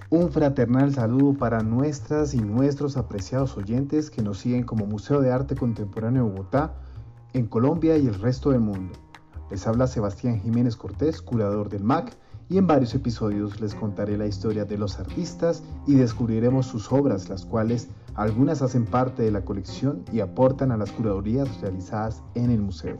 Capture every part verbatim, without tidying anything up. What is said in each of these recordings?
Un fraternal saludo para nuestras y nuestros apreciados oyentes que nos siguen como Museo de Arte Contemporáneo de Bogotá, en Colombia y el resto del mundo. Les habla Sebastián Jiménez Cortés, curador del M A C, y en varios episodios les contaré la historia de los artistas y descubriremos sus obras, las cuales algunas hacen parte de la colección y aportan a las curadurías realizadas en el museo.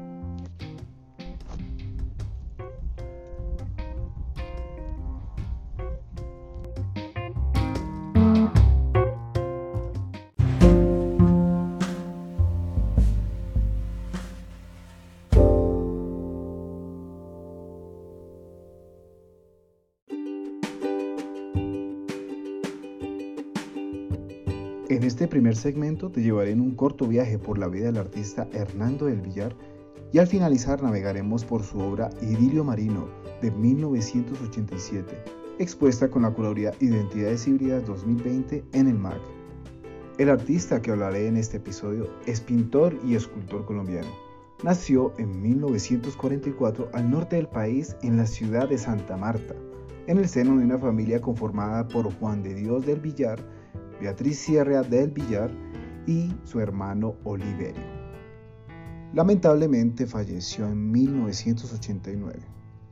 En este primer segmento te llevaré en un corto viaje por la vida del artista Hernando del Villar y al finalizar navegaremos por su obra Idilio Marino de mil novecientos ochenta y siete, expuesta con la curaduría Identidades Híbridas dos mil veinte en el M A C. El artista que hablaré en este episodio es pintor y escultor colombiano. Nació en mil novecientos cuarenta y cuatro al norte del país en la ciudad de Santa Marta, en el seno de una familia conformada por Juan de Dios del Villar, Beatriz Sierra del Villar y su hermano Oliverio. Lamentablemente falleció en mil novecientos ochenta y nueve.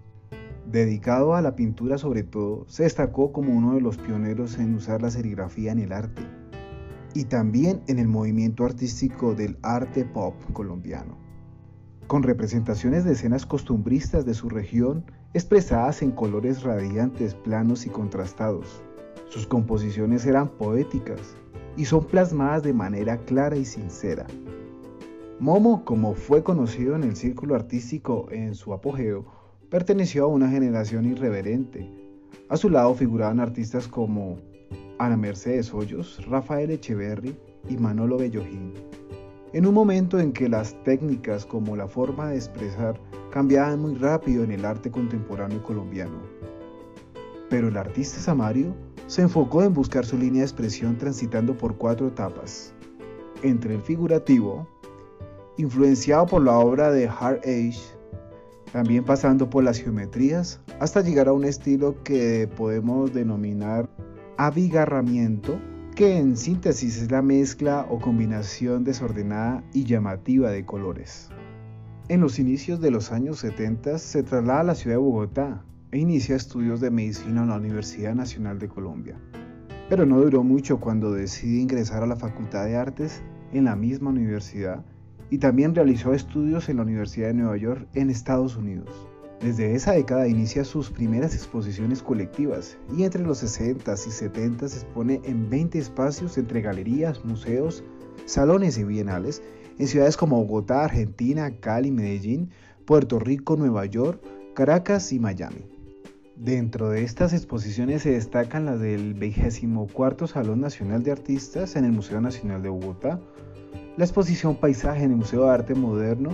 Dedicado a la pintura sobre todo, se destacó como uno de los pioneros en usar la serigrafía en el arte y también en el movimiento artístico del arte pop colombiano, con representaciones de escenas costumbristas de su región expresadas en colores radiantes, planos y contrastados. Sus composiciones eran poéticas y son plasmadas de manera clara y sincera. Momo, como fue conocido en el círculo artístico en su apogeo, perteneció a una generación irreverente. A su lado figuraban artistas como Ana Mercedes Hoyos, Rafael Echeverry y Manolo Bellojín. En un momento en que las técnicas como la forma de expresar cambiaban muy rápido en el arte contemporáneo colombiano. Pero el artista Samario se enfocó en buscar su línea de expresión transitando por cuatro etapas, entre el figurativo, influenciado por la obra de Hard Age, también pasando por las geometrías, hasta llegar a un estilo que podemos denominar abigarramiento, que en síntesis es la mezcla o combinación desordenada y llamativa de colores. En los inicios de los años setenta se traslada a la ciudad de Bogotá, e inicia estudios de medicina en la Universidad Nacional de Colombia. Pero no duró mucho cuando decide ingresar a la Facultad de Artes en la misma universidad y también realizó estudios en la Universidad de Nueva York en Estados Unidos. Desde esa década inicia sus primeras exposiciones colectivas y entre los sesenta y setenta se expone en veinte espacios entre galerías, museos, salones y bienales en ciudades como Bogotá, Argentina, Cali, Medellín, Puerto Rico, Nueva York, Caracas y Miami. Dentro de estas exposiciones se destacan las del vigésimo cuarto Salón Nacional de Artistas en el Museo Nacional de Bogotá, la exposición Paisaje en el Museo de Arte Moderno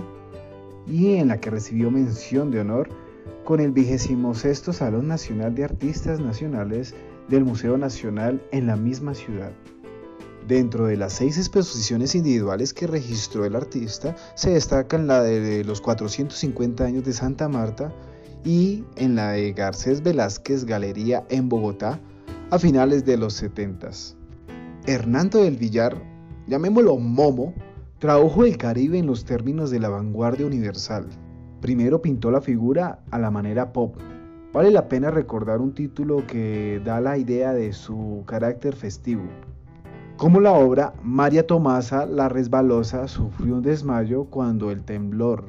y en la que recibió mención de honor con el vigésimo sexto Salón Nacional de Artistas Nacionales del Museo Nacional en la misma ciudad. Dentro de las seis exposiciones individuales que registró el artista se destacan la de los cuatrocientos cincuenta años de Santa Marta y en la de Garcés Velázquez Galería en Bogotá a finales de los setentas. Hernando del Villar, llamémoslo Momo, tradujo el Caribe en los términos de la vanguardia universal. Primero pintó la figura a la manera pop. Vale la pena recordar un título que da la idea de su carácter festivo. Como la obra María Tomasa la Resbalosa sufrió un desmayo cuando el temblor.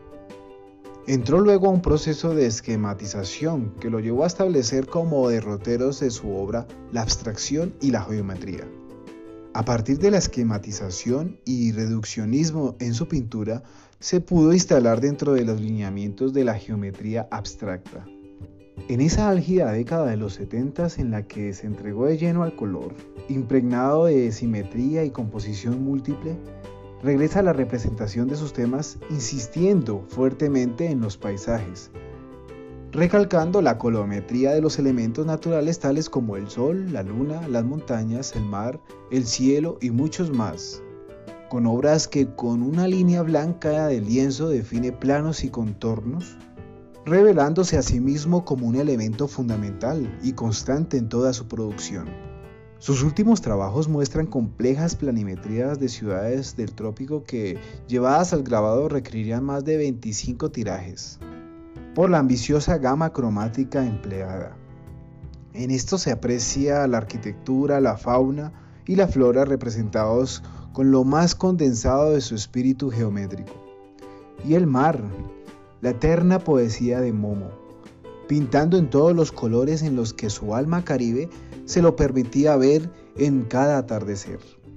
Entró luego a un proceso de esquematización que lo llevó a establecer como derroteros de su obra la abstracción y la geometría. A partir de la esquematización y reduccionismo en su pintura, se pudo instalar dentro de los lineamientos de la geometría abstracta. En esa álgida década de los setentas en la que se entregó de lleno al color, impregnado de simetría y composición múltiple, regresa a la representación de sus temas insistiendo fuertemente en los paisajes, recalcando la colorimetría de los elementos naturales tales como el sol, la luna, las montañas, el mar, el cielo y muchos más, con obras que con una línea blanca de lienzo define planos y contornos, revelándose a sí mismo como un elemento fundamental y constante en toda su producción. Sus últimos trabajos muestran complejas planimetrías de ciudades del trópico que, llevadas al grabado, requerirían más de veinticinco tirajes, por la ambiciosa gama cromática empleada. En esto se aprecia la arquitectura, la fauna y la flora representados con lo más condensado de su espíritu geométrico. Y el mar, la eterna poesía de Momo, pintando en todos los colores en los que su alma caribe se lo permitía ver en cada atardecer.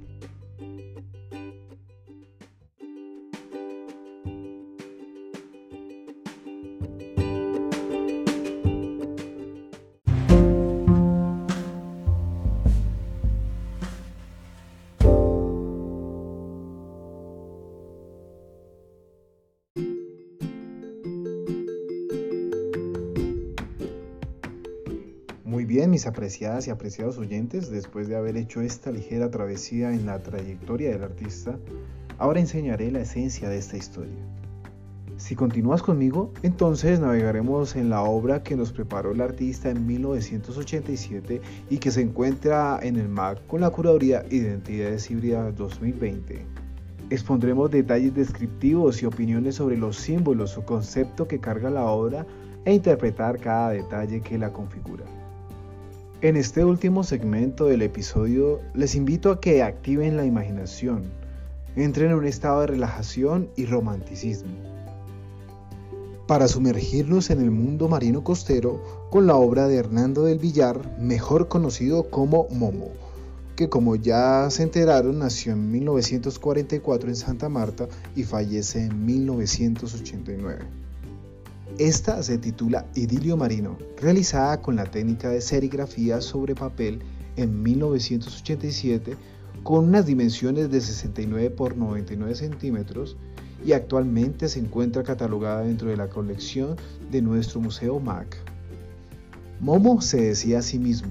Muy bien, mis apreciadas y apreciados oyentes, después de haber hecho esta ligera travesía en la trayectoria del artista, ahora enseñaré la esencia de esta historia. Si continúas conmigo, entonces navegaremos en la obra que nos preparó el artista en mil novecientos ochenta y siete y que se encuentra en el M A C con la curaduría Identidades Híbridas dos mil veinte. Expondremos detalles descriptivos y opiniones sobre los símbolos o concepto que carga la obra e interpretar cada detalle que la configura. En este último segmento del episodio les invito a que activen la imaginación, entren en un estado de relajación y romanticismo, para sumergirnos en el mundo marino costero con la obra de Hernando del Villar, mejor conocido como Momo, que como ya se enteraron nació en mil novecientos cuarenta y cuatro en Santa Marta y fallece en mil novecientos ochenta y nueve. Esta se titula Idilio Marino, realizada con la técnica de serigrafía sobre papel en mil novecientos ochenta y siete con unas dimensiones de sesenta y nueve por noventa y nueve centímetros y actualmente se encuentra catalogada dentro de la colección de nuestro Museo M A C. Momo se decía a sí mismo: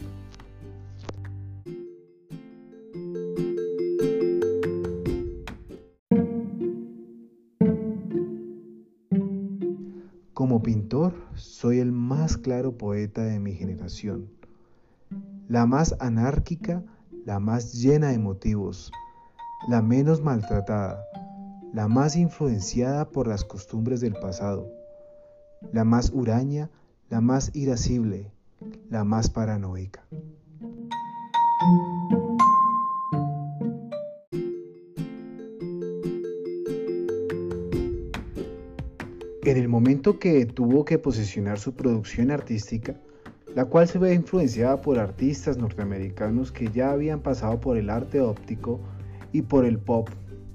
como pintor, soy el más claro poeta de mi generación, la más anárquica, la más llena de motivos, la menos maltratada, la más influenciada por las costumbres del pasado, la más huraña, la más irascible, la más paranoica. En el momento que tuvo que posicionar su producción artística, la cual se ve influenciada por artistas norteamericanos que ya habían pasado por el arte óptico y por el pop,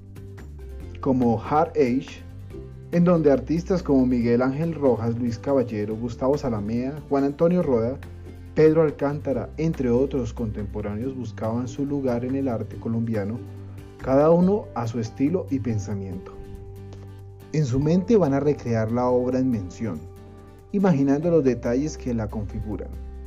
como Hard Age, en donde artistas como Miguel Ángel Rojas, Luis Caballero, Gustavo Zalamea, Juan Antonio Roda, Pedro Alcántara, entre otros contemporáneos, buscaban su lugar en el arte colombiano, cada uno a su estilo y pensamiento. En su mente van a recrear la obra en mención, imaginando los detalles que la configuran.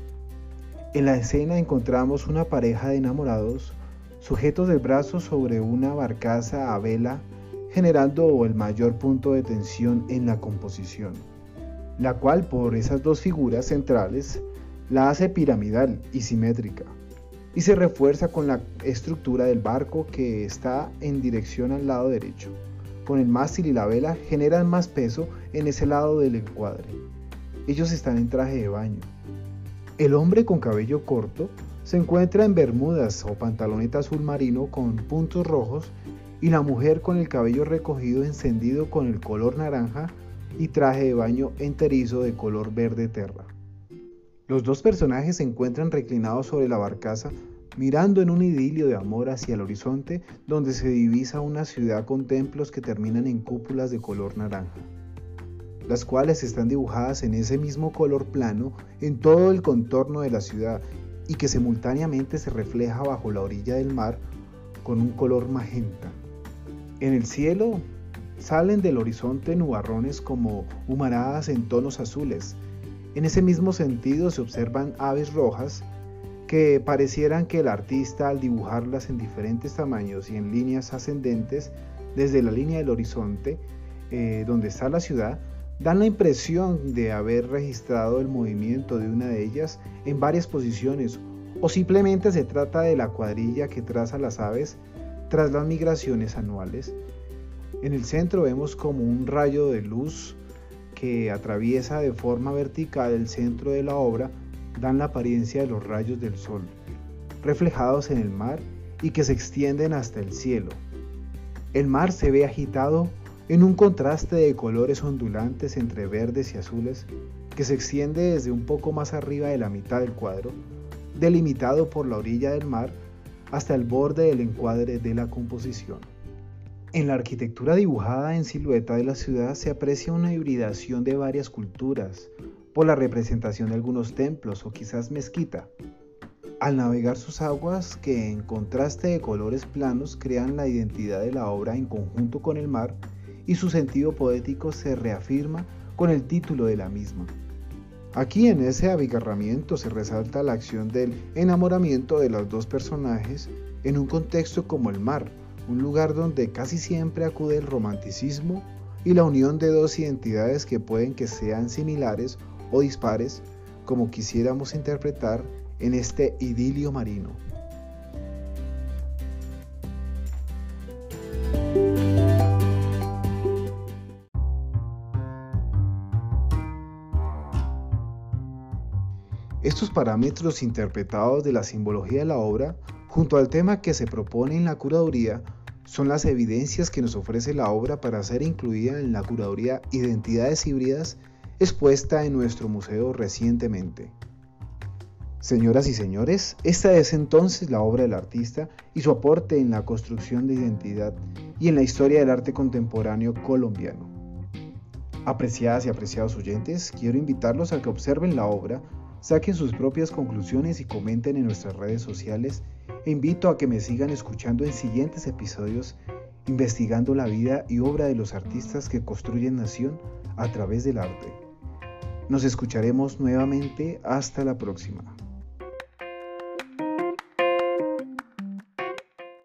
En la escena encontramos una pareja de enamorados sujetos del brazo sobre una barcaza a vela, generando el mayor punto de tensión en la composición, la cual por esas dos figuras centrales la hace piramidal y simétrica, y se refuerza con la estructura del barco que está en dirección al lado derecho. Con el mástil y la vela generan más peso en ese lado del encuadre. Ellos están en traje de baño. El hombre con cabello corto se encuentra en bermudas o pantaloneta azul marino con puntos rojos y la mujer con el cabello recogido encendido con el color naranja y traje de baño enterizo de color verde terra. Los dos personajes se encuentran reclinados sobre la barcaza mirando en un idilio de amor hacia el horizonte donde se divisa una ciudad con templos que terminan en cúpulas de color naranja, las cuales están dibujadas en ese mismo color plano en todo el contorno de la ciudad y que simultáneamente se refleja bajo la orilla del mar con un color magenta. En el cielo salen del horizonte nubarrones como humaradas en tonos azules. En ese mismo sentido se observan aves rojas que parecieran que el artista, al dibujarlas en diferentes tamaños y en líneas ascendentes desde la línea del horizonte eh, donde está la ciudad, dan la impresión de haber registrado el movimiento de una de ellas en varias posiciones, o simplemente se trata de la cuadrilla que traza las aves tras las migraciones anuales. En el centro vemos como un rayo de luz que atraviesa de forma vertical el centro de la obra, dan la apariencia de los rayos del sol, reflejados en el mar y que se extienden hasta el cielo. El mar se ve agitado en un contraste de colores ondulantes entre verdes y azules que se extiende desde un poco más arriba de la mitad del cuadro, delimitado por la orilla del mar, hasta el borde del encuadre de la composición. En la arquitectura dibujada en silueta de la ciudad se aprecia una hibridación de varias culturas por la representación de algunos templos o quizás mezquita. Al navegar sus aguas, que en contraste de colores planos crean la identidad de la obra en conjunto con el mar, y su sentido poético se reafirma con el título de la misma. Aquí en ese abigarramiento se resalta la acción del enamoramiento de los dos personajes en un contexto como el mar, un lugar donde casi siempre acude el romanticismo y la unión de dos identidades que pueden que sean similares o dispares, como quisiéramos interpretar en este idilio marino. Estos parámetros interpretados de la simbología de la obra, junto al tema que se propone en la curaduría, son las evidencias que nos ofrece la obra para ser incluida en la curaduría Identidades Híbridas, expuesta en nuestro museo recientemente. Señoras y señores, esta es entonces la obra del artista y su aporte en la construcción de identidad y en la historia del arte contemporáneo colombiano. Apreciadas y apreciados oyentes, quiero invitarlos a que observen la obra, saquen sus propias conclusiones y comenten en nuestras redes sociales, e invito a que me sigan escuchando en siguientes episodios investigando la vida y obra de los artistas que construyen nación a través del arte. Nos escucharemos nuevamente, hasta la próxima.